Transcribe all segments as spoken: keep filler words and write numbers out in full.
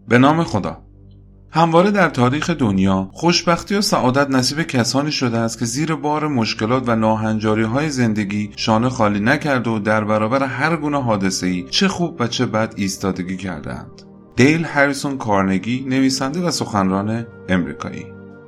به نام خدا. همواره در تاریخ دنیا خوشبختی و سعادت نصیب کسانی شده است که زیر بار مشکلات و ناهنجاری‌های زندگی شانه خالی نکرد و در برابر هر گونه حادثه‌ای چه خوب و چه بد ایستادگی کردند. دیل هریسون کارنگی، نویسنده و سخنران امریکایی.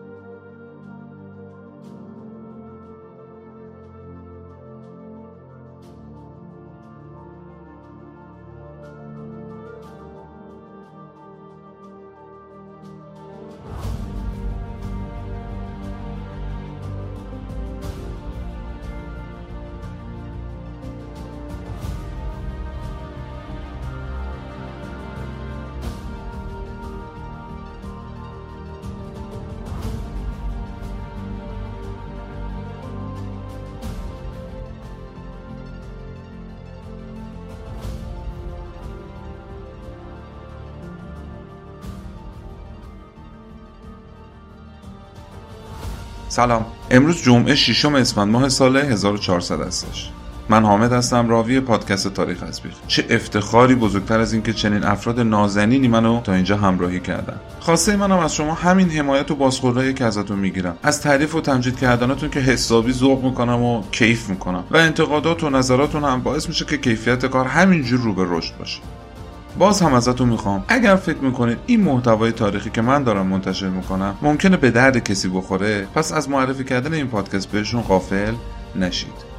سلام. امروز جمعه ششم اسفند ماه سال هزار و چهارصد هستش. من حامد هستم، راوی پادکست تاریخ از بیخ. چه افتخاری بزرگتر از این که چنین افراد نازنینی منو تا اینجا همراهی کردن. خواسته منم از شما همین حمایت و بازخوردایی که ازتون میگیرم، از تعریف و تمجید کردناتون که حسابی ذوق میکنم و کیف میکنم و انتقادات و نظراتون هم باعث میشه که کیفیت کار همینجور رو به رشد باشه. باز هم ازتون میخوام اگر فکر میکنید این محتوای تاریخی که من دارم منتشر میکنم ممکنه به درد کسی بخوره، پس از معرفی کردن این پادکست بهشون غافل نشید.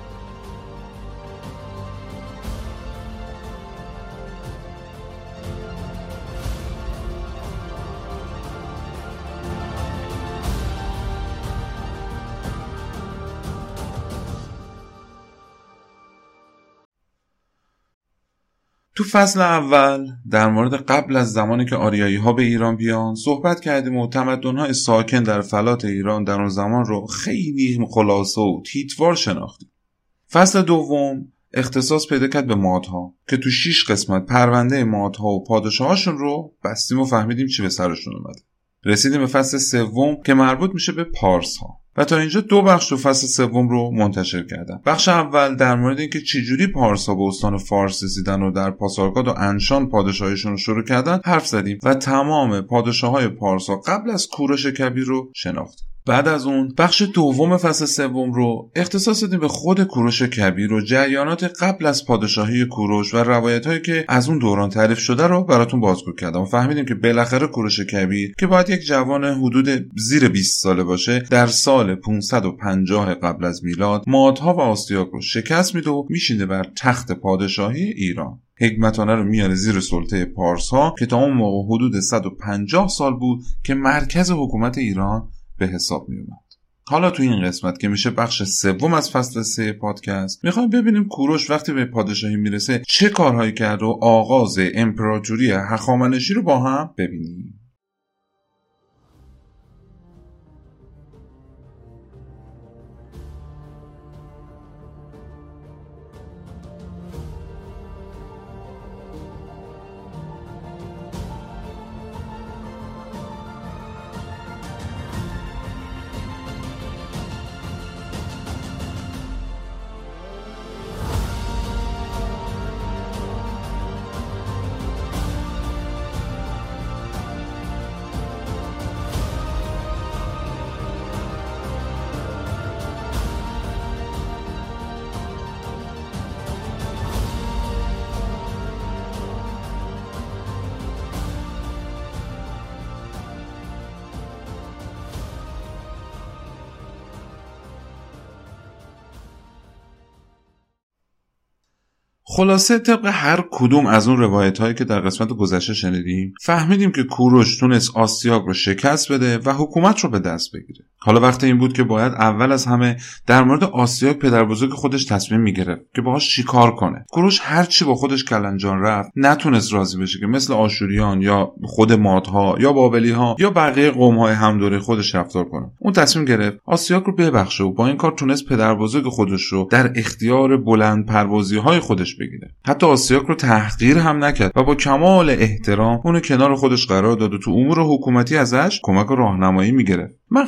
تو فصل اول در مورد قبل از زمانی که آریایی ها به ایران بیان صحبت کردیم و تمدن های ساکن در فلات ایران در اون زمان رو خیلی خلاصه و تیتوار شناختیم. فصل دوم اختصاص پیدا کرد به مادها که تو شش قسمت پرونده مادها و پادشاهاشون رو بستیم و فهمیدیم چی به سرشون اومده. رسیدیم به فصل سوم که مربوط میشه به پارس ها و تا اینجا دو بخش تو فصل سوم رو منتشر کردم. بخش اول در مورد اینکه چجوری پارس ها به استان فارس رسیدن و در پاسارگاد و انشان پادشاهیشون رو شروع کردن حرف زدیم و تمام پادشاهای پارس ها قبل از کوروش کبیر رو شناختیم. بعد از اون بخش دوم فصل سوم رو اختصاص دادیم به خود کوروش کبیر و جریانات قبل از پادشاهی کوروش و روایت‌هایی که از اون دوران تعریف شده رو براتون بازگو کردم و فهمیدیم که بالاخره کوروش کبیر که باید یک جوان حدود زیر بیست ساله باشه در سال پانصد و پنجاه قبل از میلاد مادها و آستیاک رو شکست میده و میشینه بر تخت پادشاهی ایران. حکمتانه رو میاره زیر سلطه پارس ها که تا اون موقع حدود صد و پنجاه سال بود که مرکز حکومت ایران به حساب می اومد. حالا تو این قسمت که میشه بخش سوم از فصل سه پادکست میخوایم ببینیم کوروش وقتی به پادشاهی میرسه چه کارهایی کرد و آغاز امپراتوری هخامنشی رو با هم ببینیم. خلاصه طبق هر کدوم از اون روایت هایی که در قسمت گذشته شنیدیم فهمیدیم که کوروش تونست آستیاک رو شکست بده و حکومت رو به دست بگیره. حالا وقت این بود که باید اول از همه در مورد آستیاک پدر بزرگ خودش تصمیم میگرفت که باهاش چیکار کنه. کوروش هر چی با خودش کلنجان رفت نتونست راضی بشه که مثل آشوریان یا خود مادها یا بابلی ها یا بقیه قوم های همدوره خودش رفتار کنه. اون تصمیم گرفت آستیاک رو ببخشه و با این کار تونست پدر بزرگ خودش رو در اختیار بلند پروازی های خودش بگیره. حتی آستیاک رو تحقیر هم نکرد و با کمال احترام اونو کنار خودش قرار داد و تو امور حکومتی ازش کمک و راهنمایی میگرفت. من خودم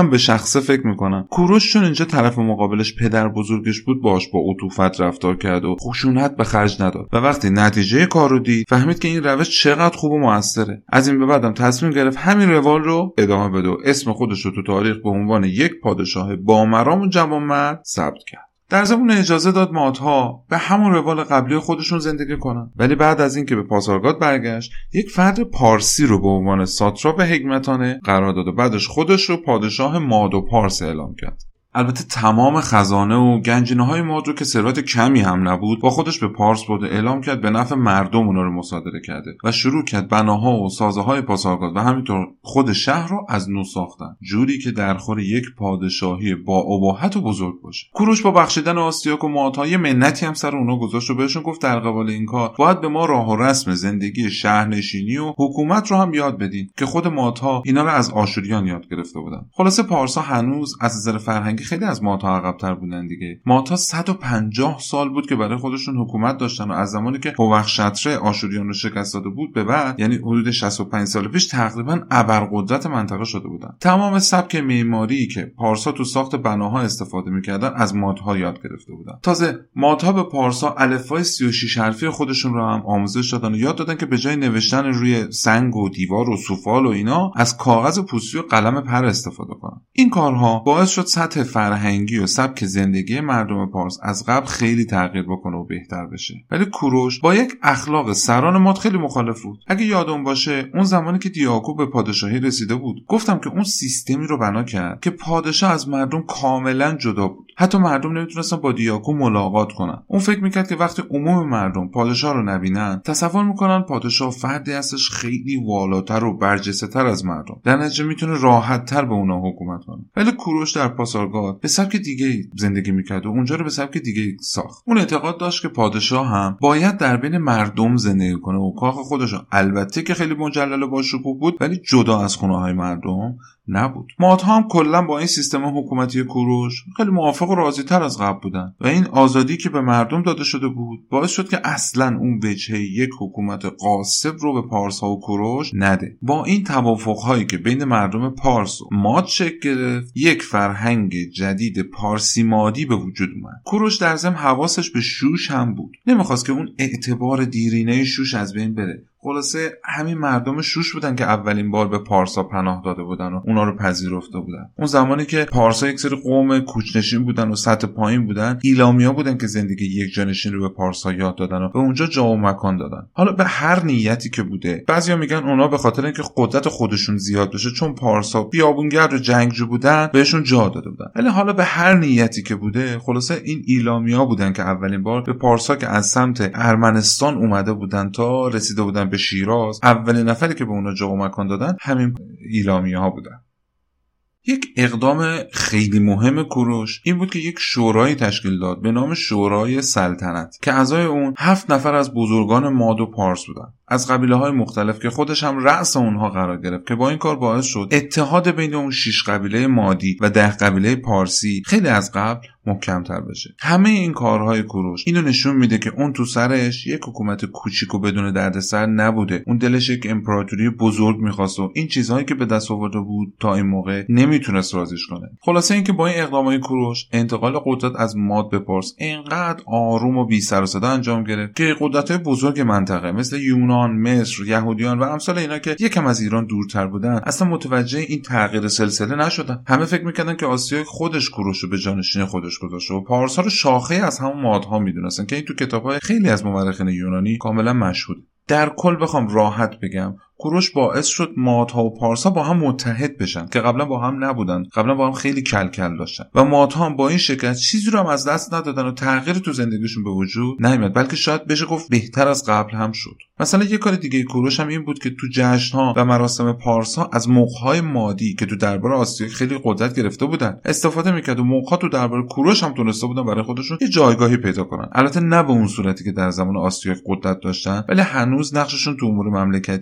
من به شخصه فکر میکنم کوروش چون اینجا طرف مقابلش پدر بزرگش بود باش با عطوفت رفتار کرد و خشونت به خرج نداد و وقتی نتیجه کارو دید فهمید که این روش چقدر خوب و موثره. از این به بعدم تصمیم گرفت همین روال رو ادامه بده و اسم خودش رو تو تاریخ به عنوان یک پادشاه با مرام و جوانمرد ثبت کرد. در ضمن اجازه داد مادها به همون روال قبلی خودشون زندگی کنن، ولی بعد از اینکه به پاسارگاد برگشت یک فرد پارسی رو به عنوان ساتراپ حکمتانه قرار داد و بعدش خودش رو پادشاه ماد و پارس اعلام کرد. البته تمام خزانه و گنجینه‌های ماد رو که ثروت کمی هم نبود با خودش به پارس برد و اعلام کرد به نفع مردم اونا رو مصادره کرده و شروع کرد بناها و سازه‌های پاسارگاد و همینطور خود شهر رو از نو ساختن، جوری که در خور یک پادشاهی با اباحت و بزرگ باشه. کوروش با بخشیدن آستیاک و مادها یه منتی هم سر اونا گذاشت و بهشون گفت در قبال این کار باید به ما راه و رسم زندگی شهرنشینی و حکومت رو هم یاد بدین که خود مادها اینا رو از آشوریان یاد گرفته بودن. خلاصه پارسا هنوز از نظر فرهنگی خیلی از مادها عقب‌تر بودن دیگه. مادها صد و پنجاه سال بود که برای خودشون حکومت داشتن و از زمانی که هوخشتره آشوریان رو شکست داده بود به بعد، یعنی حدود شصت و پنج سال پیش، تقریبا ابرقدرت منطقه شده بودن. تمام سبک معماری که پارسا تو ساخت بناها استفاده می‌کردن از مادها یاد گرفته بودن. تازه مادها به پارسا الفبای سی و شش حرفی خودشون رو هم آموزش دادن و یاد دادن که به جای نوشتن روی سنگ و دیوار و سفال و اینا از کاغذ پوستی و قلم پر استفاده کنن. این کارها باعث شد سطح فرهنگی و سبک زندگی مردم پارس از قبل خیلی تغییر بکنه و بهتر بشه. ولی کوروش با یک اخلاق سران ماد خیلی مخالف بود. اگه یادون باشه اون زمانی که دیاکو به پادشاهی رسیده بود گفتم که اون سیستمی رو بنا کرد که پادشاه از مردم کاملا جدا بود. حتی مردم نمیتونستن با دیاکو ملاقات کنن. اون فکر میکرد که وقتی عموم مردم پادشاه رو نبینن تصور میکنن پادشاه فردی هستش خیلی والاتر و برجسته‌تر از مردم، در نتیجه میتونه راحت‌تر به اونا حکومت کنه. ولی کوروش در پاسارگاد به سبک دیگه زندگی میکرد و اونجا رو به سبک دیگه ساخت. اون اعتقاد داشت که پادشاه هم باید در بین مردم زندگی کنه و کاخ خودش البته که خیلی مجلل و با شکوه بود ولی جدا از خونه‌های مردم نبود. مادها هم کلا با این سیستم حکومتی کوروش خیلی موافق و راضی تر از قبل بودن و این آزادی که به مردم داده شده بود باعث شد که اصلا اون وجهه یک حکومت غاصب رو به پارس ها و کوروش نده. با این توافق‌هایی که بین مردم پارس و ماد شکل گرفت یک فرهنگ جدید پارسی مادی به وجود اومد. کوروش در ضمن حواسش به شوش هم بود، نمیخواست که اون اعتبار دیرینه شوش از بین بره. خلاصه همین مردم شوش بودن که اولین بار به پارسا پناه داده بودن و اونا رو پذیرفته بودن. اون زمانی که پارسا یک سری قوم کوچنشین بودن و سطح پایین بودن، ایلامیا بودن که زندگی یک جانشین رو به پارسا یاد دادن و به اونجا جا و مکان دادن. حالا به هر نیتی که بوده، بعضیا میگن اونا به خاطر اینکه قدرت خودشون زیاد بشه چون پارسا بیابونگرد و جنگجو بودن بهشون جا داده بودن. ولی حالا به هر نیتی که بوده، خلاصه این ایلامیا بودن که اولین بار به پارسا که از سمت ارمنستان اومده بودن تا رسیده بودن به شیراز، اولین نفری که به اونا جا و مکان دادن همین ایلامیه ها بودن. یک اقدام خیلی مهم کوروش این بود که یک شورای تشکیل داد به نام شورای سلطنت که اعضای اون هفت نفر از بزرگان ماد و پارس بودن از قبیله های مختلف که خودش هم رأس اونها قرار گرفت که با این کار باعث شد اتحاد بین اون شش قبیله مادی و ده قبیله پارسی خیلی از قبل محکم‌تر بشه. همه این کارهای کوروش اینو نشون میده که اون تو سرش یک حکومت کوچیک و بدون دردسر نبوده. اون دلش یک امپراتوری بزرگ می‌خواست و این چیزهایی که به دست آورده بود تا این موقع نمیتونست رازیش کنه. خلاصه اینکه با این اقدامات کوروش انتقال قدرت از ماد به پارس اینقدر آروم و بی سر و صدا انجام گرفت که قدرت‌های بزرگ منطقه مثل یونان، مصر، یهودیان و امثال اینا که یکم از ایران دورتر بودن اصلا متوجه این تغییر سلسله نشدن. همه فکر می‌کردن که آسیای خودش کوروش رو به جانشین خودش گذاشته و پارسا رو شاخه از همون مادها میدونستن که این تو کتاب‌های خیلی از مورخین یونانی کاملا مشهوده. در کل بخوام راحت بگم کوروش باعث شد مادها و پارسا با هم متحد بشن که قبلا با هم نبودن، قبلا با هم خیلی کل کل داشتن و مادها هم با این شکل چیزی رو هم از دست ندادن و تغییر تو زندگیشون به وجود نیامد، بلکه شاید بشه گفت بهتر از قبل هم شد. مثلا یه کار دیگه کوروش هم این بود که تو جشن‌ها و مراسم پارسا از موقع‌های مادی که تو دربار آسیا خیلی قدرت گرفته بودن استفاده می‌کرد و موقع‌ها تو دربار کوروش هم تونسته بودن برای خودشون یه جایگاهی پیدا کنن. البته نه به اون صورتی که در زمان آسیا قدرت داشتن، ولی هنوز نقششون تو امور مملکتی کم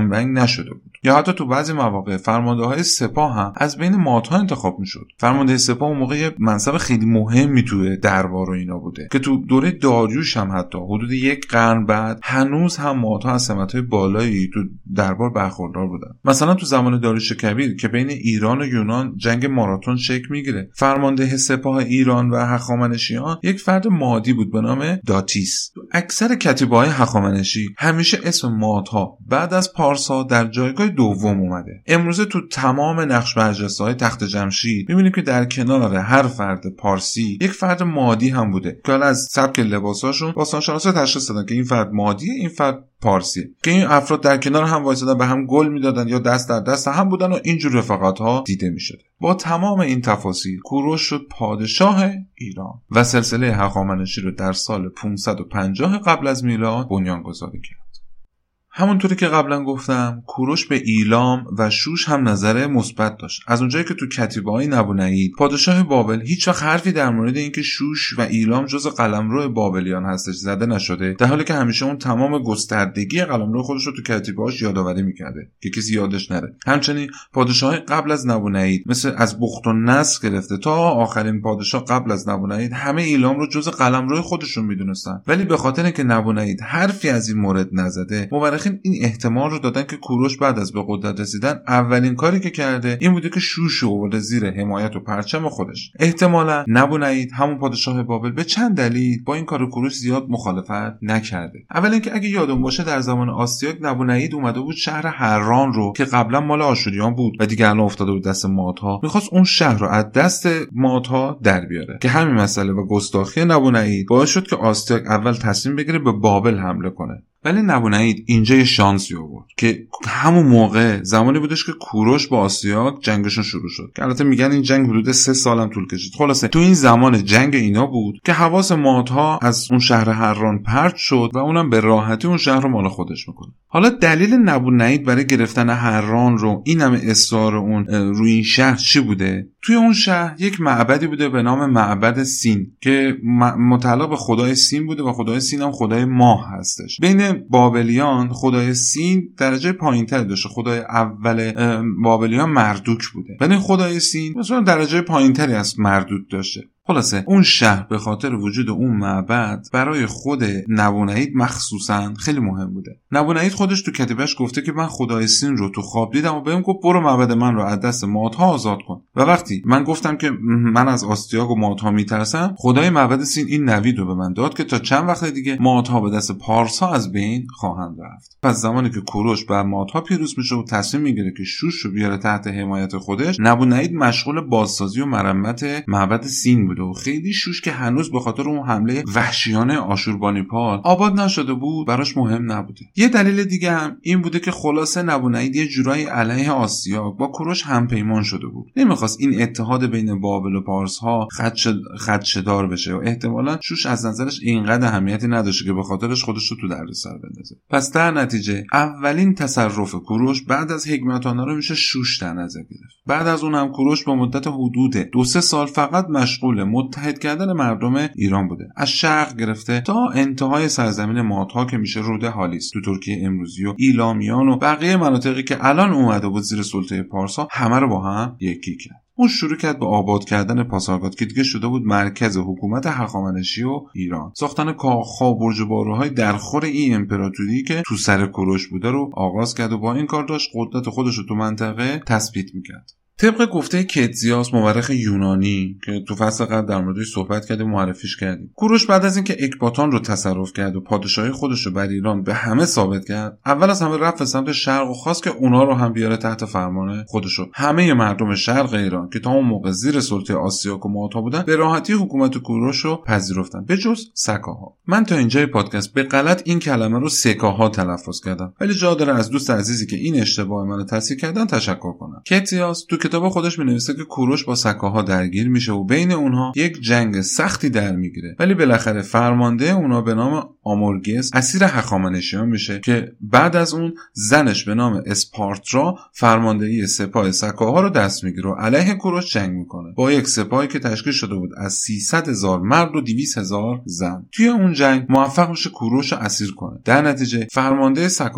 کمرنگ نشده بود. یا حتی تو بعضی مواقع فرمانده‌های سپاه هم از بین مات‌ها انتخاب می‌شد. فرمانده سپاه اون موقع یه منصب خیلی مهمی توی دربار و اینا بوده که تو دوره داریوش هم حتی حدود یک قرن بعد هنوز هم مات‌ها از سمت‌های بالایی تو دربار برخوردار بودن. مثلا تو زمان داریوش کبیر که بین ایران و یونان جنگ ماراتون شکل میگیره، فرمانده سپاه ایران و هخامنشیان یک فرد مادی بود به نام داتیس. تو اکثر کتیبه‌های هخامنشی همیشه اسم مات‌ها بعد از پارسا در جایگاه دوم اومده. امروزه تو تمام نقش برجسته‌های تخت جمشید می‌بینیم که در کنار هر فرد پارسی یک فرد مادی هم بوده که حالا از سبک لباساشون باستانشناسا تشخیص دادن که این فرد مادیه، این فرد پارسیه، که این افراد در کنار هم وایسادن به هم گل میدادن یا دست در دست هم بودن و اینجور رفاقت‌ها دیده می‌شد. با تمام این تفاصیل کوروش شد پادشاه ایران و سلسله هخامنشی رو در سال پانصد و پنجاه قبل از میلاد بنیانگذاری کرد. همونطوری که قبلا گفتم کوروش به ایلام و شوش هم نظر مثبت داشت. از اونجایی که تو کتیبه‌های نبونید پادشاه بابل هیچ وقت حرفی در مورد اینکه شوش و ایلام جزء قلمرو بابلیان هستش زده نشده، در حالی که همیشه اون تمام گستردگی قلمرو خودش رو تو کتیبه‌هاش یادآوری می‌کرده که کسی یادش نره. همچنین پادشاه‌های قبل از نبونید مثل از بخت و نصر گرفته تا آخرین پادشاه قبل از نبونید همه ایلام رو جزء قلمرو خودشون می‌دونستن، ولی به خاطر اینکه نبونید حرفی از این مورد نزده این احتمال رو دادن که کوروش بعد از به قدرت رسیدن اولین کاری که کرده این بوده که شوش رو آورده زیر حمایت و پرچم خودش. احتمالاً نبونید همون پادشاه بابل به چند دلیل با این کار کوروش زیاد مخالفت نکرده. اول اینکه اگه یادون باشه در زمان آستیاک نبونید اومده بود شهر حران رو که قبلا مال آشوریان بود و دیگه الان افتاده بود دست مادها، میخواست اون شهر رو از دست مادها در بیاره که همین مسئله و گستاخی نبونید باعث شد که آستیاک اول تصمیم بگیره به بابل حمله کنه. ولی نبونید اینجا یه شانسی آورد که همون موقع زمانی بودش که کوروش با آستیاک جنگشون شروع شد که البته میگن این جنگ حدود سه سالم طول کشید. خلاصه تو این زمان جنگ اینا بود که حواس مادها از اون شهر حران پرت شد و اونم به راحتی اون شهر رو مال خودش میکنه. حالا دلیل نبونید برای گرفتن حران رو این همه اصرار اون روی این شهر چی بوده؟ توی اون شهر یک معبدی بوده به نام معبد سین که متعلق به خدای سین بوده و خدای سین هم خدای ماه هستش. بین بابلیان خدای سین درجه پایین‌تر داشته، خدای اول بابلیان مردوک بوده ولی خدای سین مثلا درجه پایین‌تری از مردوک داشته. خلاصه اون شهر به خاطر وجود اون معبد برای خود نبونید مخصوصا خیلی مهم بوده. نبونید خودش تو کتیبه‌اش گفته که من خدای سین رو تو خواب دیدم و بهم گفت برو معبد من رو از دست مادها آزاد کن و وقتی من گفتم که من از آستیاک و مادها میترسم، خدای معبد سین این نوید رو به من داد که تا چند وقت دیگه مادها به دست پارسا از بین خواهند رفت. پس زمانی که کوروش بر مادها پیروز میشه و تصمیم میگیره که شوش رو بیاره تحت حمایت خودش، نبونید مشغول بازسازی و مرمت معبد سین بوده و خیلی شوش که هنوز به خاطر اون حمله وحشیانه آشوربانیپال آباد نشده بود براش مهم نبوده. یه دلیل دیگه هم این بوده که خلاصه نبونید یه جورایی علیه آستیاک با کوروش همپیمان شده بود. نمیخواست این اتحاد بین بابل و پارس ها خدشه‌دار بشه و احتمالاً شوش از نظرش اینقدر اهمیتی نداشته که به خاطرش خودش رو تو دردسر بندازه. پس در نتیجه اولین تصرف کوروش بعد از حکمتانه رو میشه شوش در نظر گرفت. بعد از اون هم کوروش به مدت حدود دو سه سال فقط مشغول متحد کردن مردم ایران بوده، از شرق گرفته تا انتهای سرزمین مادها که میشه رود هالیس تو ترکیه امروزی و ایلامیان و بقیه مناطقی که الان اومده بود زیر سلطه پارسا، همه رو با هم یکی کرد. اون شروع کرد به آباد کردن پاسارگاد که دیگه شده بود مرکز حکومت هخامنشی و ایران. ساختن کاخ‌ها و برج و باروهای درخور این امپراتوری که تو سر کوروش بوده رو آغاز کرد و با این کار داشت قدرت خودش رو تو منطقه تثبیت میکرد. طبق گفته کتزیاس مورخ یونانی که تو فصل قبل در موردش صحبت کردیم معرفیش کردیم، کوروش بعد از اینکه اکباتان رو تصرف کرد و پادشاهی خودش رو بر ایران به همه ثابت کرد، اول از همه رفت به سمت شرق و خواست که اونا رو هم بیاره تحت فرمان خودش رو. همه مردم شرق ایران که تا اون موقع زیر سلطه آستیاک و مادها بودن به راحتی حکومت کوروش رو پذیرفتن به جز سکاها. من تا اینجای پادکست به غلط این کلمه رو سکاها تلفظ کردم، ولی جا داره از دوست عزیزی که این اشتباه منو تصحیح کردن تشکر کنم. کتزیاس تو کتاب خودش می‌نویسه که کوروش با سکاها درگیر میشه و بین اونها یک جنگ سختی در میگیره، ولی بالاخره فرمانده اونا به نام آمورگس اسیر هخامنشیان میشه که بعد از اون زنش به نام اسپارترا فرماندهی سپاه سکاها رو دست میگیره و علیه کوروش جنگ میکنه با یک سپاهی که تشکیل شده بود از سیصد هزار مرد و دویست هزار زن. توی اون جنگ موفق میشه کوروش رو اسیر کنه. در نتیجه فرمانده سکاها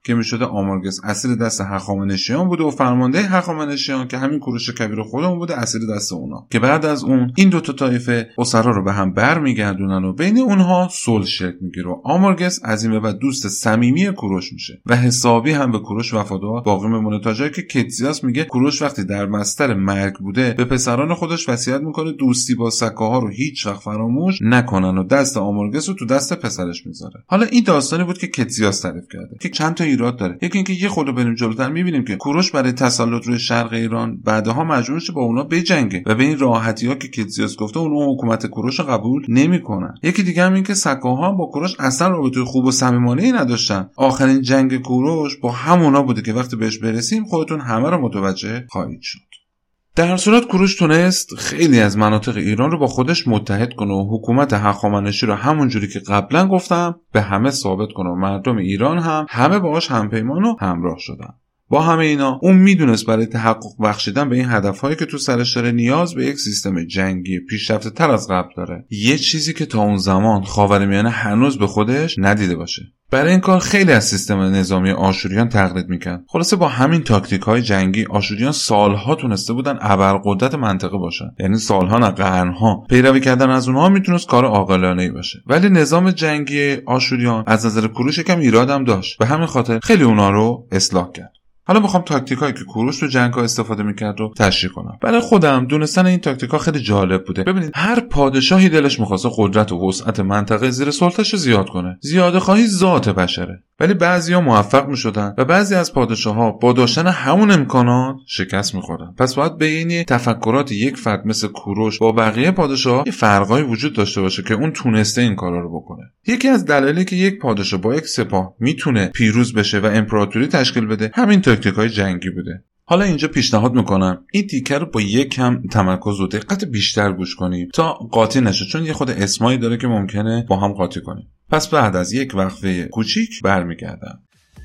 که میشده آمورگس اسیر دست هخامنشیان بوده و فرمانده هخامنشیان که همین کوروش کبیر خودمون بوده اسیر دست اونا، که بعد از اون این دو تا طایفه اسرا رو به هم برمیگردونن و بین اونها صلح شکل میگیره و آمورگس از این به بعد دوست صمیمی کوروش میشه و حسابی هم به کوروش وفادار باقی میمونه، تا جایی که کتزیاس میگه کوروش وقتی در بستر مرگ بوده به پسران خودش وصیت میکنه دوستی با سکاها رو هیچ وقت فراموش نکنن و دست آمورگس رو تو دست پسرش میذاره. حالا این داستانی بود که کتزیاس تعریف کرده که چند تا ایراد داره. یکی اینکه یه خورده بریم جلوتر میبینیم که کوروش برای تسلط روی شرق ایران بعدها مجبور شه با اونا بجنگه و به این راحتی‌ها که کتزیاس گفته اون حکومت کوروش رو قبول نمیکنن. یکی دیگه هم این که سکاها با کوروش اصلا رابطه خوب و صمیمانه‌ای نداشتن. آخرین جنگ کوروش با همونا بوده که وقتی بهش برسیم خودتون همه رو متوجه خواهید شد. در هر صورت کوروش تونست خیلی از مناطق ایران رو با خودش متحد کنه و حکومت هخامنشی رو همونجوری که قبلا گفتم به همه ثابت کنه و مردم ایران هم همه باهاش همپیمان و همراه شدن. با همه اینا اون میدونست برای تحقق بخشیدن به این هدفهایی که تو سرش داره نیاز به یک سیستم جنگی پیشرفته تر از قبل داره، یه چیزی که تا اون زمان خاورمیانه هنوز به خودش ندیده باشه. برای این کار خیلی از سیستم نظامی آشوریان تقلید میکرد. خلاصه با همین تاکتیک‌های جنگی آشوریان سالها تونسته بودن ابرقدرت منطقه باشن، یعنی سالها نه قرنها. پیروی کردن از اونها میتونست کار عاقلانه‌ای باشه. ولی نظام جنگی آشوریان از نظر کوروش یکم ایراد هم داشت، به همین خاطر خیلی اونها رو اصلاح کرد. حالا میخوام تاکتیکایی که کوروش تو جنگ‌ها استفاده میکرد رو تشریح کنم. برای خودم دونستن این تاکتیکا خیلی جالب بوده. ببینید هر پادشاهی دلش می‌خواسته قدرت و وسعت منطقه زیر سلطه‌اش زیاد کنه. زیاده خواهی ذات بشره. ولی بعضیا موفق میشدن و بعضی از پادشاه‌ها با داشتن همون امکانات شکست می‌خوردن. پس باید بین تفکرات یک فرد مثل کوروش با بقیه پادشاه‌ها یه فرقایی وجود داشته باشه که اون تونسته این کارا رو بکنه. یکی از دلایلی که یک پادشاه با یک سپاه میتونه پیروز بشه و امپراتوری تشکیل بده همین تاکتیک‌های جنگی بوده. حالا اینجا پیشنهاد میکنم این تیکه رو با یک کم تمرکز و دقت بیشتر گوش کنیم تا قاطی نشه، چون یه خود اسمایی داره که ممکنه با هم قاطی کنیم. پس بعد از یک وقفه کوچیک برمیگردم.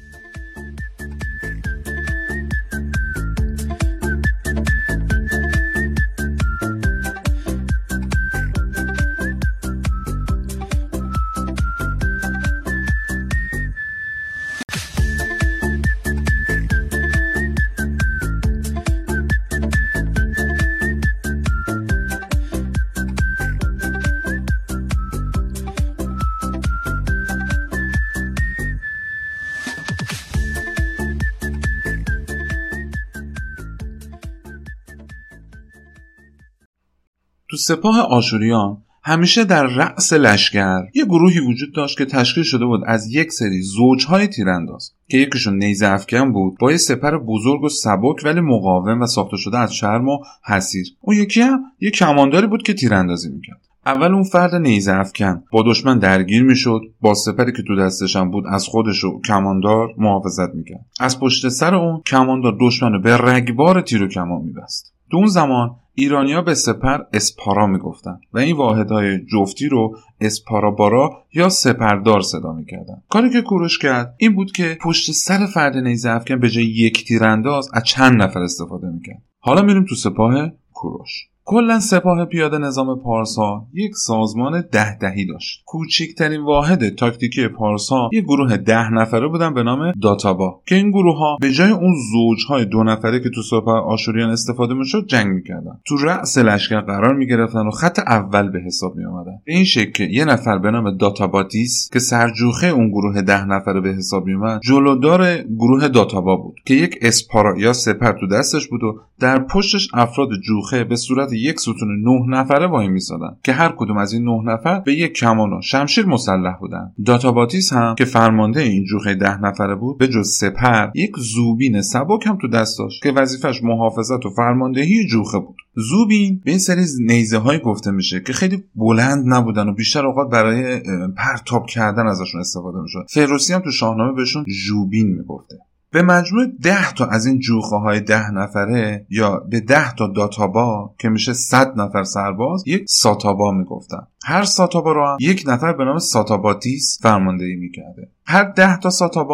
تو سپاه آشوریان همیشه در رأس لشکر یه گروهی وجود داشت که تشکیل شده بود از یک سری زوجهای تیرانداز که یکیشون نیزه افکن بود با یه سپر بزرگ و سبک ولی مقاوم و ساخته شده از چرم و حصیر. اون یکی هم یه کمانداری بود که تیراندازی میکرد. اول اون فرد نیزه افکن با دشمن درگیر میشد، با سپری که تو دستش هم بود از خودش و کماندار محافظت میکرد. از پشت سر اون کماندار دشمن رو به رگبار تیر و کمان میبست. تو اون زمان ایرانی‌ها به سپر اسپارا میگفتن و این واحدهای جفتی رو اسپارابارا یا سپردار صدا میکردن. کاری که کوروش کرد این بود که پشت سر فرد نیزه افکن به جای یک تیرانداز از چند نفر استفاده میکرد. حالا میریم تو سپاه کوروش. کلا سپاه پیاده نظام پارسا یک سازمان ده دهی داشت. کوچکترین واحد تاکتیکی پارسا یک گروه ده نفره بودن به نام داتابا که این گروه ها به جای اون زوجهای دو نفره که تو سپاه آشوریان استفاده میشد جنگ میکردن. تو رأس لشکر قرار میگرفتن و خط اول به حساب میومدن. به این شکل که یه نفر به نام داتاباتیس که سرجوخه اون گروه ده نفره به حساب میومد جلودار گروه داتابا بود که یک اسپارا یا سپر تو دستش بود و در پشتش افراد جوخه به صورت یک ستون نه نفره وای میسادن که هر کدوم از این نه نفر به یک کمان و شمشیر مسلح بودن. داتاباتیس هم که فرمانده این جوخه ده نفره بود به جز سپر یک زوبین سبک هم تو دست داشت که وظیفش محافظت و فرماندهی جوخه بود. زوبین به این سری نیزه های گفته میشه که خیلی بلند نبودن و بیشتر اوقات برای پرتاب کردن ازشون استفاده میشد. فیروسی هم تو شاهنامه بهشون ژوبین میگفته. به مجموع ده تا از این جوخه های ده نفره یا به ده تا داتابا که میشه صد نفر سرباز یک ساتابا میگفتن. هر ساتابا رو هم یک نفر به نام ساتاباتیس فرماندهی میکرده. هر ده تا ساتابا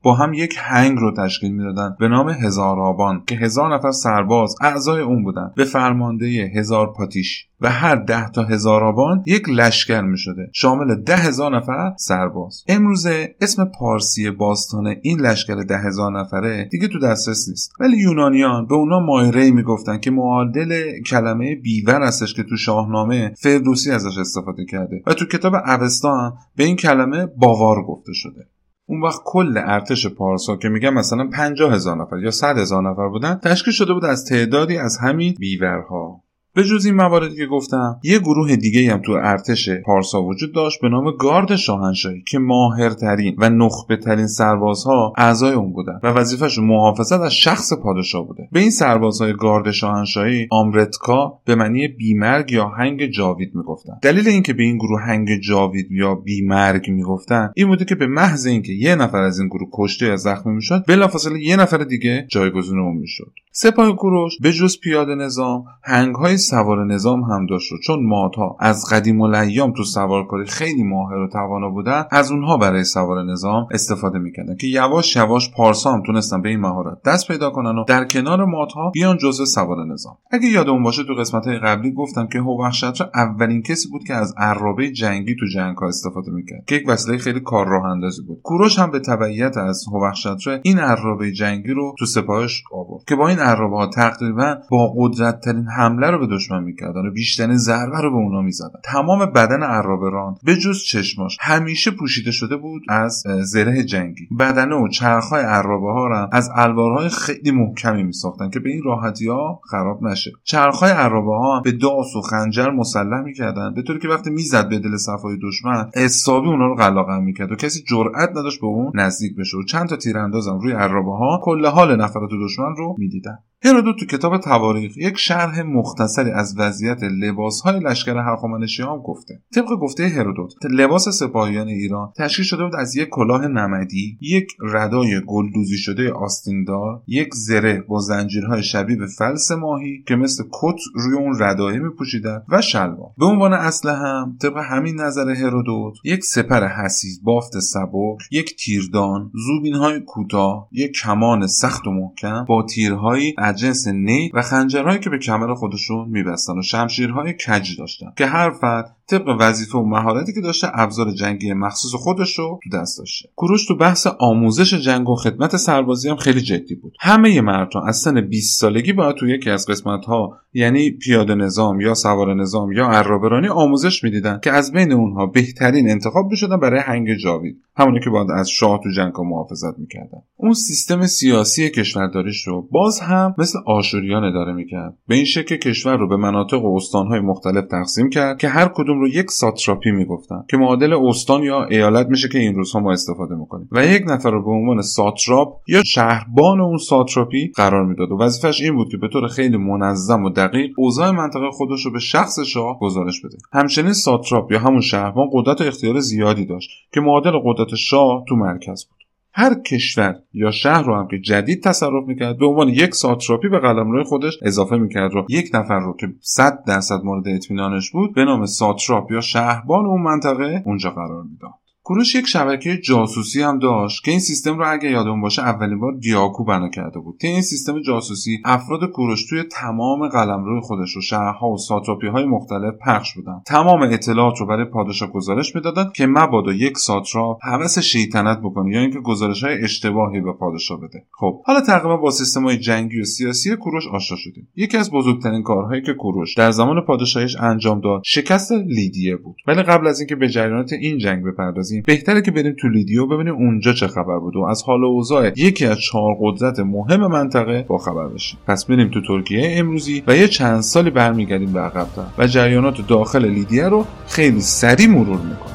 با هم یک هنگ رو تشکیل میدادن به نام هزارآبان که هزار نفر سرباز اعضای اون بودن به فرمانده هزار پاتیش و هر ده تا هزارآبان یک لشکر می شده شامل ده هزار نفر سرباز. امروزه اسم پارسی باستان این لشکر ده هزار نفره دیگه تو دسترس نیست، ولی یونانیان به اونا مایره‌ای میگفتن که معادل کلمه بیور هستش که تو شاهنامه فردوسی ازش استفاده کرده و تو کتاب اوستا هم به این کلمه باوار گفته شده. اون وقت کل ارتش پارسا که میگم مثلا پنجاه هزار نفر یا صد هزار نفر بودن تشکیل شده بود از تعدادی از همین بیورها. به جز این مواردی که گفتم یه گروه دیگه هم تو ارتش پارسا وجود داشت به نام گارد شاهنشاهی که ماهرترین و نخبه ترین سربازها اعضای اون بودن و وظیفه‌شون محافظت از شخص پادشاه بوده. به این سربازهای گارد شاهنشاهی آمرتکا به معنی بیمرگ یا هنگ جاوید میگفتن. دلیل اینکه به این گروه هنگ جاوید یا بیمرگ میگفتن این بوده که به محض اینکه یه نفر از این گروه کشته یا زخمی میشد بلافاصله یه نفر دیگه جایگزین اون میشد. سپاه کوروش به جز پیاده نظام هنگ‌های سوار نظام هم داشت، چون مادها از قدیم الایام تو سوارکاری خیلی ماهر و توانا بودن از اونها برای سوار نظام استفاده میکردن که یواش یواش پارسا هم تونستن به این مهارت دست پیدا کنن و در کنار مادها بیان جزء سوار نظام. اگه یادمون باشه تو قسمت‌های قبلی گفتم که هوخشتر اولین کسی بود که از عرابه جنگی تو جنگ‌ها استفاده میکرد که یک وسیله خیلی کار راه اندازی بود. کوروش هم به تبعیت از هوخشتر این عرابه جنگی رو تو سپاهش آورد که با این عرابه‌ها تقریبا با قدرت‌ترین حمله رو به دشمن میکردن و بیشترین ضربه رو به اونا میزدن. تمام بدن عرابه‌ران به جز چشماش همیشه پوشیده شده بود از زره جنگی. بدنه و چرخ‌های عرابه‌ها رو از الوارهای خیلی محکمی میساختن که به این راحتی‌ها خراب نشه. چرخ‌های عرابه‌ها به داس و خنجر مسلح میکردن به طوری که وقتی میزد به دل صفای دشمن حسابی اونا رو قلاقم میکرد و کسی جرئت نداشت به اون نزدیک بشه و چند تا تیراندازم روی عرابه‌ها کل حال نفرات دشمن رو میدیدن. هرودوت تو کتاب تواریخ یک شرح مختصری از وضعیت لباس‌های لشکر هخامنشیان گفته. طبق گفته هرودوت لباس سپاهیان ایران تشکیل شده بود از یک کلاه نمدی، یک ردای گلدوزی شده آستیندار، یک زره با زنجیرهای شبیه به فلس ماهی که مثل کت روی اون ردایه می‌پوشیدن و شلوار. به عنوان اسلحه هم طبق همین نظر هرودوت یک سپر حصیر بافت سبک، یک تیردان، زوبین‌های کوتاه، یک کمان سخت و محکم با تیرهایی از جنس نی و خنجرهایی که به کمر خودشون میبستن و شمشیرهای کج داشتن که هر فرد طبق وظیفه و مهارتی که داشته ابزار جنگی مخصوص خودش رو تو دست داشته. کوروش تو بحث آموزش جنگ و خدمت سربازی هم خیلی جدی بود. همه مردها از سن بیست سالگی باید تو یکی از قسمت‌ها یعنی پیاده نظام یا سوار نظام یا عرابه‌رانی آموزش میدیدن که از بین اونها بهترین انتخاب میشدن برای هنگ جاوید، همونی که باید از شاه تو جنگ محافظت میکردن. اون سیستم سیاسی کشورداریش رو باز هم مثل آشوریان اداره میکرد. به این شکل کشور رو به مناطق و استان‌های مختلف تقسیم کرد که هر کدوم رو یک ساتراپی میگفتن که معادل استان یا ایالت میشه که این روزها ما استفاده میکنیم و یک نفر رو به عنوان ساتراپ یا شهربان اون ساتراپی قرار میداد و وظیفش این بود که به طور خیلی منظم و دقیق اوضاع منطقه خودش رو به شخص شاه گزارش بده. همچنین ساتراپ یا همون شهربان قدرت و اختیار زیادی داشت که معادل قدرت شاه تو مرکز بود. هر کشور یا شهر رو هم که جدید تصرف میکرد به عنوان یک ساتراپی به قلمرو خودش اضافه میکرد و یک نفر رو که صد درصد مورد اطمینانش بود به نام ساتراپ یا شهربان اون منطقه اونجا قرار میداد. کوروش یک شبکه جاسوسی هم داشت که این سیستم رو اگه یادمون باشه اولین بار دیاکو بنا کرده بود. که این سیستم جاسوسی افراد کوروش توی تمام قلمرو خودش رو شهرها و ساتراپی‌های مختلف پخش بودن. تمام اطلاعات رو برای پادشاه گزارش میدادن که مبادا یک ساتراپ هوس شیطنت بکنه یا اینکه گزارش‌های اشتباهی به پادشاه بده. خب حالا تقریبا با سیستم‌های جنگی و سیاسی کوروش آشنا شدیم. یکی از بزرگترین کارهایی که کوروش در زمان پادشاهیش انجام داد شکست لیدیه بود. ولی قبل از اینکه به جریانات این جنگ بپردازیم بهتره که بریم تو لیدیو ببینیم اونجا چه خبر بود و از حال و اوضاع یکی از چهار قدرت مهم منطقه با خبر بشیم. پس بریم تو ترکیه امروزی و یه چند سالی برمیگردیم به عقب‌تر و جریانات داخل لیدیه رو خیلی سریع مرور میکنیم.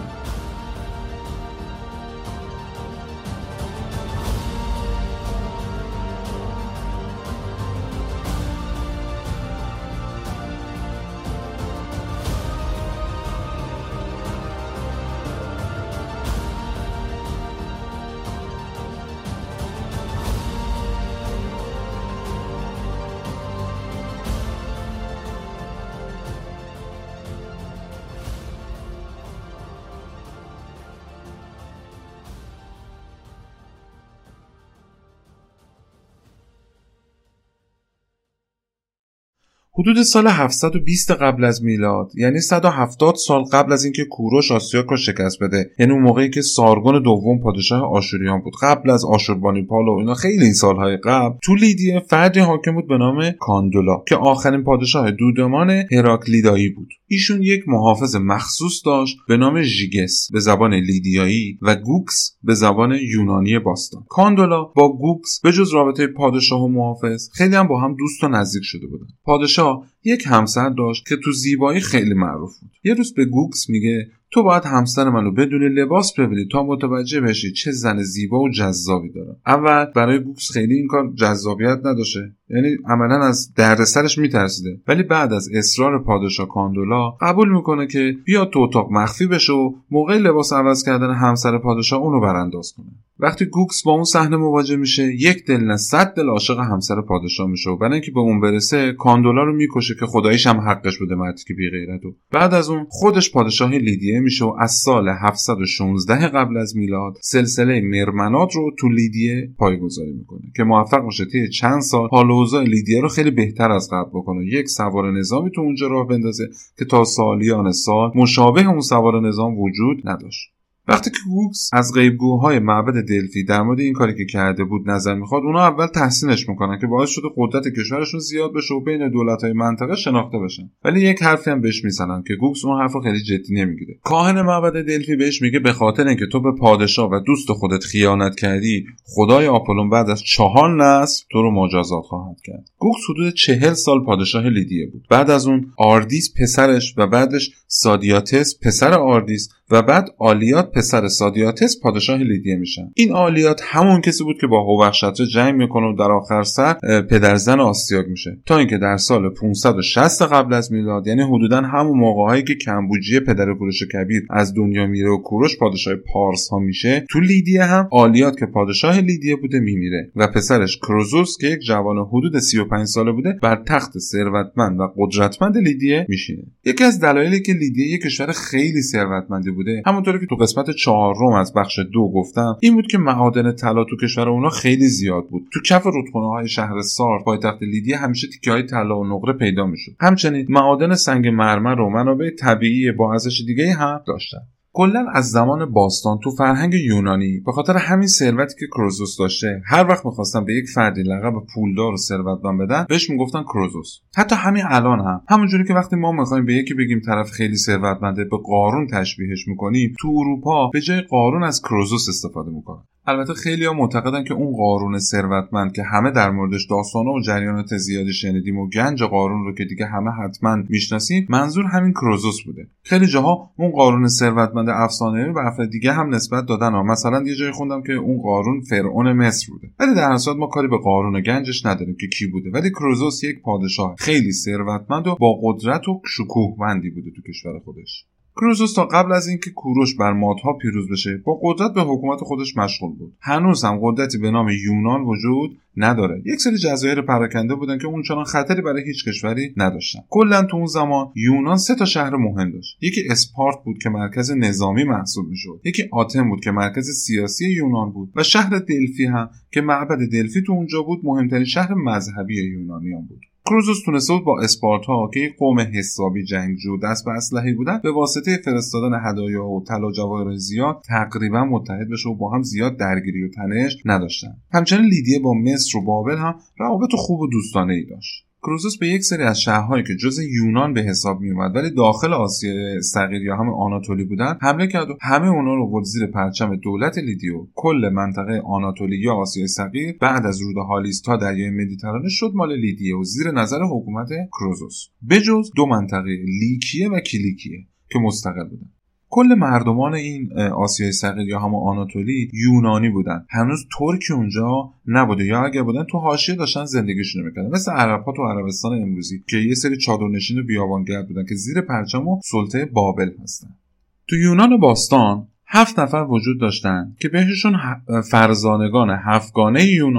حدود سال هفتصد و بیست قبل از میلاد، یعنی صد و هفتاد سال قبل از اینکه کوروش آسیاک رو شکست بده، یعنی اون موقعی که سارگون دوم پادشاه آشوریان بود، قبل از آشوربانیپال و اینا، خیلی این سالهای قبل، تو لیدیه فردی حاکم بود به نام کاندولا که آخرین پادشاه دودمان هراکلیدایی بود. ایشون یک محافظ مخصوص داشت به نام ژیگس به زبان لیدیایی و گوکس به زبان یونانی باستان. کاندولا با گوکس به جز رابطه پادشاه و محافظ خیلی هم با هم دوست و نزدیک شده بودن. پادشاه یک همسر داشت که تو زیبایی خیلی معروف بود. یه روز به گوکس میگه تو باید همسر منو بدون لباس ببینی تا متوجه بشی چه زن زیبا و جذابی داره. اول برای گوکس خیلی این کار جذابیت نداشته، یعنی عملا از دردسرش میترسیده، ولی بعد از اصرار پادشاه کاندولا قبول میکنه که بیاد تو اتاق مخفی بشه و موقع لباس عوض کردن همسر پادشاه اونو برانداز کنه. وقتی گوکس با اون صحنه مواجه میشه، یک دل نه صد دل عاشق همسر پادشاه میشه و برای اینکه به اون برسه کاندولا رو میکشه که خداییش هم حقش بوده، مردی که بی غیرت. و بعد از اون خودش پادشاه لیدیه میشه و از سال هفتصد و شانزده قبل از میلاد سلسله مرمنات رو تو لیدیه پایه‌گذاری میکنه که موفق میشه طی چند سال حال و اوضاع لیدیه رو خیلی بهتر از قبل بکنه. یک سوار نظامی تو اونجا راه بندازه که تا سالیان سال مشابه اون سوار نظام وجود نداشت. وقتی که گوکس از غیبگوهای معبد دلفی در مورد این کاری که کرده بود نظر میخواد، اونا اول تحسینش میکنن که باعث شده قدرت کشورشون زیاد بشه و بین دولت‌های منطقه شناخته بشن، ولی یک حرفی هم بهش میزنن که گوکس اون حرفو خیلی جدی نمیگیره. کاهن معبد دلفی بهش میگه به خاطر اینکه تو به پادشاه و دوست خودت خیانت کردی، خدای آپولون بعد از چهار نسل تو رو مجازات خواهد کرد. گوکس حدود چهل سال پادشاه لیدیه بود. بعد از اون آردیس پسرش و بعدش سادیاتس پسر آردیس و بعد آلیات پسر سادیاتس پادشاه لیدیه میشن. این آلیات همون کسی بود که با هوخشتر جنگ میکنه و در آخر سر پدرزن آسیاک میشه، تا اینکه در سال پانصد و شصت قبل از میلاد، یعنی حدوداً همون موقع‌هایی که کمبوجیه پدر کوروش کبیر از دنیا میره و کوروش پادشاه پارس ها میشه، تو لیدیه هم آلیات که پادشاه لیدیه بوده میمیره و پسرش کروزوس که یک جوان حدود سی و پنج ساله بوده بر تخت ثروتمند و قدرتمند لیدیه میشینه. یکی از دلایلی که لیدیه یک کشور خیلی ثروتمندی بوده، همونطوری که تو قسمت چهارم از بخش دو گفتم، این بود که معادن طلا تو کشور اونا خیلی زیاد بود. تو کف رودخونه‌های شهر سار پایتخت لیدیه همیشه تیکه‌های طلا و نقره پیدا میشد. همچنین معادن سنگ مرمر و منابع طبیعی با ارزش دیگه هم داشتن. کلا از زمان باستان تو فرهنگ یونانی به خاطر همین ثروتی که کروزوس داشته، هر وقت می‌خواستن به یک فردی لقب پولدار و ثروتمند بدن بهش میگفتن کروزوس. حتی همین الان هم همونجوری که وقتی ما می‌خوایم به یکی بگیم طرف خیلی ثروتمنده به قارون تشبیهش می‌کنیم، تو اروپا به جای قارون از کروزوس استفاده می‌کنن. البته خیلی‌ها معتقدن که اون قارون ثروتمند که همه در موردش داستانا و جریانات زیادی شنیدیم و گنج قارون رو که دیگه همه حتما میشناسیم، منظور همین کروزوس بوده. خیلی جاها اون قارون ثروتمند افسانه‌ای رو به افراد دیگه هم نسبت دادن ها. مثلا یه جایی خوندم که اون قارون فرعون مصر بوده، ولی در اصل ما کاری به قارون و گنجش نداریم که کی بوده، ولی کروزوس یک پادشاه خیلی ثروتمند و با قدرت و شکوهمندی بوده تو کشور خودش. کروزوس تا قبل از اینکه کوروش بر مادها پیروز بشه با قدرت به حکومت خودش مشغول بود. هنوز هم قدرتی به نام یونان وجود نداره. یک سری جزایر پراکنده بودن که اون چنان خطری برای هیچ کشوری نداشتن. کلا تو اون زمان یونان سه تا شهر مهم داشت. یکی اسپارت بود که مرکز نظامی محسوب میشد، یکی آتن بود که مرکز سیاسی یونان بود و شهر دلفی هم که معبد دلفی تو اونجا بود مهمترین شهر مذهبی یونانیان بود. کروزوس تونسته بود با اسپارتا که یک قوم حسابی جنگجو دست به اسلحه بودن به واسطه فرستادن هدایا و طلا جواهر زیاد تقریبا متحد بشه و با هم زیاد درگیری و تنش نداشتن. همچنین لیدیه با مصر و بابل هم روابط خوب و دوستانه‌ای داشت. کروزوس به یک سری از شهرهایی که جزء یونان به حساب می اومد ولی داخل آسیای صغیر یا همه آناتولی بودن حمله کرد و همه اونا رو برد زیر پرچم دولت لیدیه. کل منطقه آناتولی یا آسیای صغیر بعد از رود هالیس تا دریای مدیترانه شد مال لیدیه و زیر نظر حکومت کروزوس، بجز دو منطقه لیکیه و کیلیکیه که مستقل بودن. کل مردمان این آسیای صغیر یا همون آناتولی یونانی بودن. هنوز ترکی اونجا نبوده یا اگه بودن تو حاشیه داشتن زندگیشون میکردن، مثل عرب‌ها تو عربستان امروزی که یه سری چادرنشین و بیابانگرد بودن که زیر پرچم و سلطه بابل هستن. تو یونان باستان هفت نفر وجود داشتن که بهشون فرزانگان هفتگانه یونان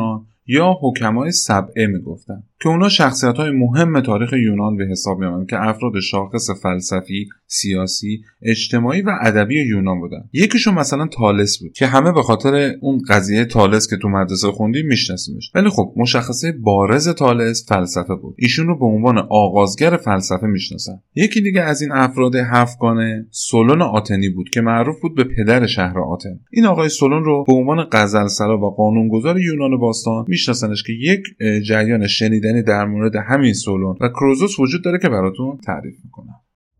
یا حکمای سبعه میگفتن که اونا شخصیت‌های مهم تاریخ یونان به حساب می‌آمدند که افراد شاخص فلسفی، سیاسی، اجتماعی و ادبی یونان بودن. یکیشون مثلا تالس بود که همه به خاطر اون قضیه تالس که تو مدرسه خوندیم میشناسیمش. ولی خب مشخصه بارز تالس فلسفه بود. ایشون رو به عنوان آغازگر فلسفه میشناسن. یکی دیگه از این افراد هفتگانه سولون آتنی بود که معروف بود به پدر شهر آتن. این آقای سولون رو به عنوان غزلسرا و قانونگذار یونان باستان میشناسنش که یک جریان شنیدنی در مورد همین سولون و کروزوس وجود داره که براتون تعریف میکنم.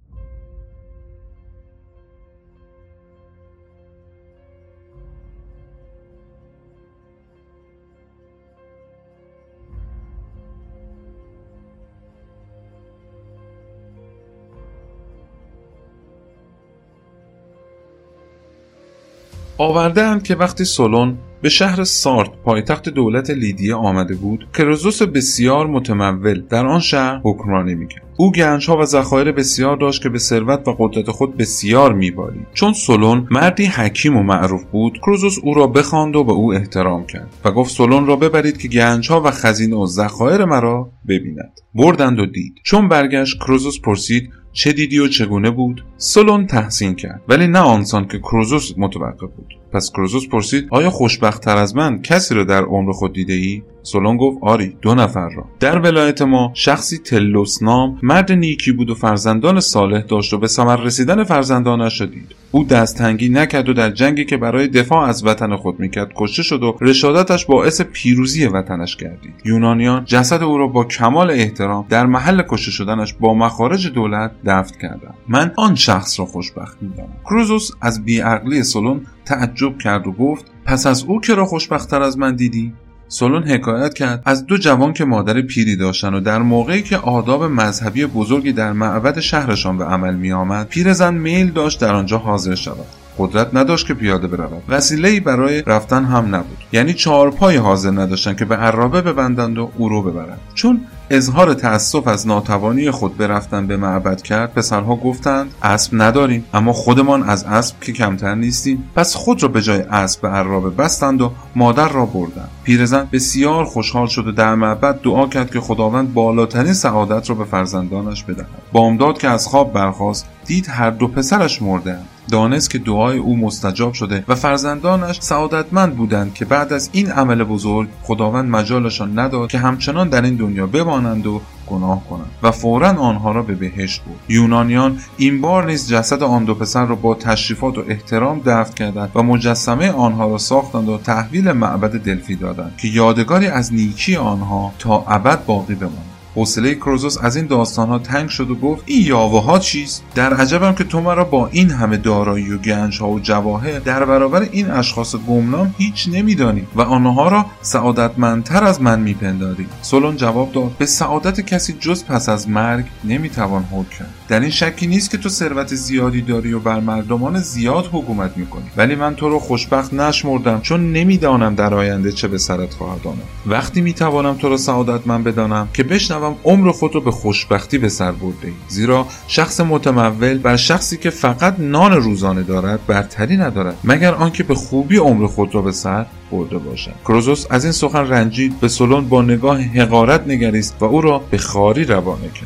آورده‌اند که وقتی سولون به شهر سارت پایتخت دولت لیدیه آمده بود، کروزوس بسیار متمول در آن شهر حکمرانی میکرد. او گنجها و ذخایر بسیار داشت که به ثروت و قدرت خود بسیار میبالید. چون سولون مردی حکیم و معروف بود، کروزوس او را بخواند و به او احترام کرد و گفت سولون را ببرید که گنجها و خزینه و ذخایر مرا ببیند. بردند و دید. چون برگشت کروزوس پرسید چه دیدی و چگونه بود؟ سولون تحسین کرد، ولی نه آنسان که کروزوس متوقع بود. پس کروزوس پرسید آیا خوشبخت‌تر از من کسی را در عمر خود دیده ای؟ سولون گفت آری، دو نفر را. در ولایت ما شخصی تلوس نام مرد نیکی بود و فرزندان صالح داشت و به ثمر رسیدن فرزندانش را دید. او دستتنگی نکرد و در جنگی که برای دفاع از وطن خود میکرد کشته شد و رشادتش باعث پیروزی وطنش گردید. یونانیان جسد او را با کمال احترام در محل کشته شدنش با مخارج دولت دفن کردند. من آن شخص را خوشبخت میدانم. کروزوس از بیعقلی سولون تعجب کرد و گفت پس از او که را خوشبخت‌تر از من دیدی؟ سولون حکایت کرد از دو جوان که مادر پیری داشتن و در موقعی که آداب مذهبی بزرگی در معبد شهرشان به عمل می آمد، پیرزن میل داشت در آنجا حاضر شود. قدرت نداشت که پیاده برود. وسیله‌ای برای رفتن هم نبود. یعنی چهارپای حاضر نداشتن که به عرابه ببندند و او رو ببرند. چون اظهار تأسف از ناتوانی خود به رفتن به معبد کرد، پسرها گفتند اسب نداریم، اما خودمان از اسب که کمتر نیستیم. پس خود را به جای اسب به عرابه بستند و مادر را بردند. پیرزن بسیار خوشحال شد و در معبد دعا کرد که خداوند بالاترین سعادت را به فرزندانش بدهد. بامداد که از خواب برخاست، دید هر دو پسرش مردند. دانست که دعای او مستجاب شده و فرزندانش سعادتمند بودند که بعد از این عمل بزرگ خداوند مجالشان نداد که همچنان در این دنیا بمانند و گناه کنند و فوراً آنها را به بهشت برد. یونانیان این بار نیز جسد آن دو پسر را با تشریفات و احترام دفن کردند و مجسمه آنها را ساختند و تحویل معبد دلفی دادند که یادگاری از نیکی آنها تا ابد باقی بماند. حوصله کروزوس از این داستانها تنگ شد و گفت این یاوه‌ها چیست؟ در عجبم که تو مرا با این همه دارایی و گنج‌ها و جواهر در برابر این اشخاص گمنام هیچ نمی‌دانی و آنها را سعادتمندتر از من می‌پنداری. سولون جواب داد به سعادت کسی جز پس از مرگ نمی‌توان حکم کرد. در این شکی نیست که تو ثروت زیادی داری و بر مردمان زیاد حکومت می‌کنی، ولی من تو را خوشبخت نشمردم چون نمی‌دانم در آینده چه به سرت خواهد آمد. وقتی می‌توانم تو را سعادتمند بدانم که بشنوم عمر خود را به خوشبختی به سر برده‌ای، زیرا شخص متمول بر شخصی که فقط نان روزانه دارد برتری ندارد مگر آنکه به خوبی عمر خود را به سر برده باشد. کروزوس از این سخن رنجید، به سولون با نگاه حقارت نگریست و او را به خواری روانه کرد.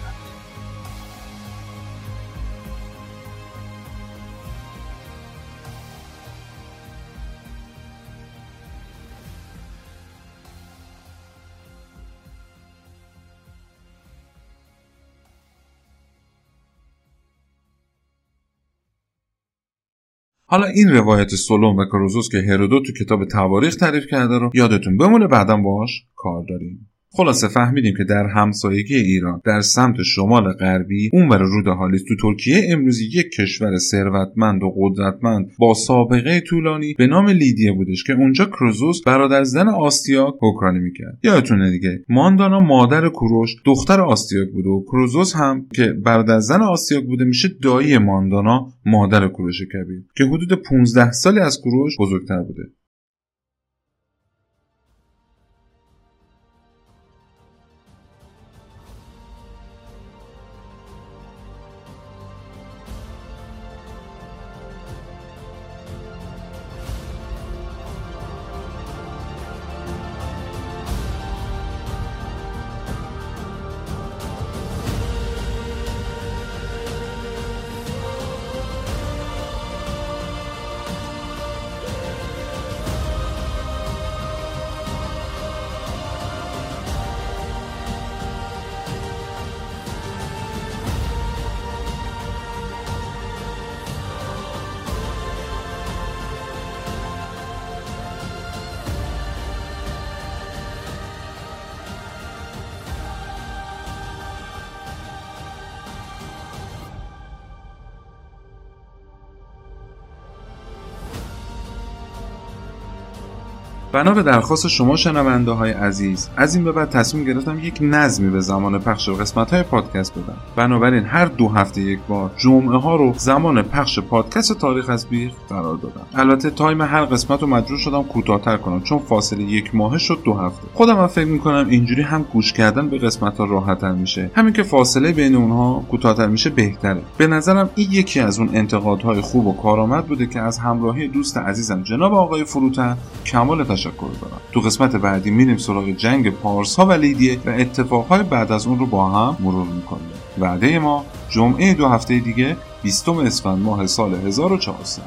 حالا این روایت سولون و کروزوس که هرودوت تو کتاب تواریخ تعریف کرده رو یادتون بمونه، بعداً باهاش کار داریم. خلاصه فهمیدیم که در همسایگی ایران در سمت شمال غربی اونور رود هالیس تو ترکیه امروزی یک کشور ثروتمند و قدرتمند با سابقه طولانی به نام لیدیه بودش که اونجا کروزوس برادر زن آستیاک حکمرانی میکرد. یادتونه دیگه ماندانا مادر کوروش دختر آستیاک بود و کروزوس هم که برادر زن آستیاک بوده میشه دایی ماندانا مادر کوروش کبیر که حدود پانزده سالی از کوروش بزرگتر بوده. بنا به درخواست شما شنونده های عزیز، از این به بعد تصمیم گرفتم یک نظمی به زمان پخش قسمت های پادکست بدم. بنابراین هر دو هفته یک بار جمعه ها رو زمان پخش پادکست تاریخ از بیخ قرار دادم. البته تایم هر قسمت رو مجبور شدم کوتاه‌تر کنم چون فاصله یک ماهه شد دو هفته. خودم هم فکر می‌کنم اینجوری هم گوش کردن به قسمت ها راحت‌تر میشه، همین که فاصله بین اونها کوتاه‌تر میشه بهتره. به نظرم این یکی از اون انتقادهای خوب و کارآمد بوده که از همراهی دوست عزیزم جناب آقای فروتن کمال تشکر دارم. تو قسمت بعدی میریم سراغ جنگ پارس‌ها و لیدیه و اتفاقهای بعد از اون رو با هم مرور می‌کنیم. وعده ما جمعه دو هفته دیگه بیستم اسفند ماه سال هزار و چهارصد.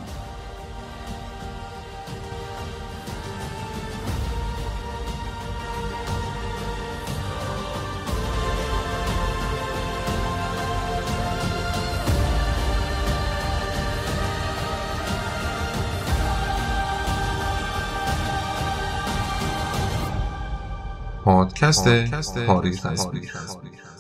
پادکست تاریخ از بیخ.